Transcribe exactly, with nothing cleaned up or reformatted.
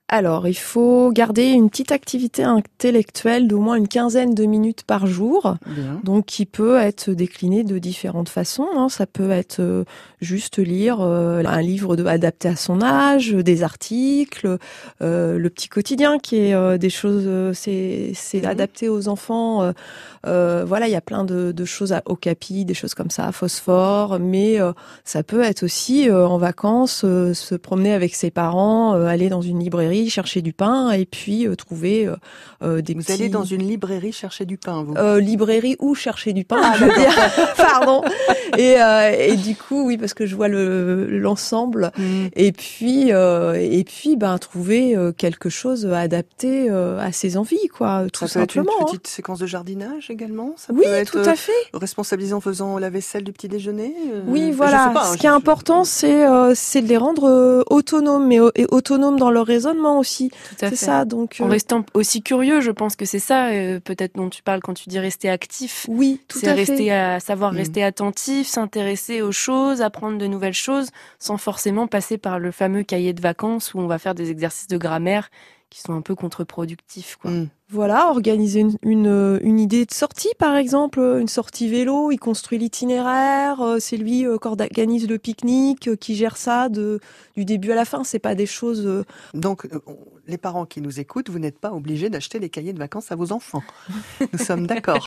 Alors, il faut garder une petite activité intellectuelle d'au moins une quinzaine de minutes par jour, Bien. donc qui peut être déclinée de différentes façons, hein. Ça peut être euh, juste lire euh, un livre de, adapté à son âge, des articles, euh, le petit quotidien qui est euh, des choses, euh, c'est c'est Mhm. adapté aux enfants. Euh, euh, voilà, il y a plein de, de choses à Okapi, des choses comme ça, à Phosphore, mais euh, ça peut être aussi euh, en vacances, euh, se promener avec ses parents, euh, aller dans une librairie, chercher du pain et puis euh, trouver euh, euh, des Vous petits... allez dans une librairie chercher du pain, vous? Euh, librairie ou chercher du pain, Ah, je veux d'accord. dire, pardon. Et, euh, et du coup, oui, parce que je vois le l'ensemble. Mhm. Et puis, euh, et puis, ben trouver euh, quelque chose adapté euh, à ses envies, quoi, tout Ça peut être une simplement. Hein. petite séquence de jardinage également. Ça Oui, peut être tout euh, à fait. responsabiliser en faisant la vaisselle du petit déjeuner. Oui, Euh, je sais voilà. pas. Hein, Ce je- qui est je- important, c'est euh, c'est de les rendre euh, autonomes, mais euh, et autonomes dans leur raisonnement aussi. Tout à C'est fait. ça. Donc, En euh, restant aussi curieux, je pense que c'est ça, euh, peut-être dont tu parles quand tu dis rester actif. oui, tout C'est à rester fait. à savoir Mhm. rester attentif, s'intéresser aux choses, apprendre de nouvelles choses, sans forcément passer par le fameux cahier de vacances où on va faire des exercices de grammaire qui sont un peu contre-productifs, quoi. Mhm. Voilà, organiser une, une, une idée de sortie, par exemple, une sortie vélo, il construit l'itinéraire, euh, c'est lui euh, qui organise le pique-nique, euh, qui gère ça de, du début à la fin. C'est pas des choses... euh, Donc, euh, on- les parents qui nous écoutent, vous n'êtes pas obligés d'acheter les cahiers de vacances à vos enfants. Nous sommes d'accord.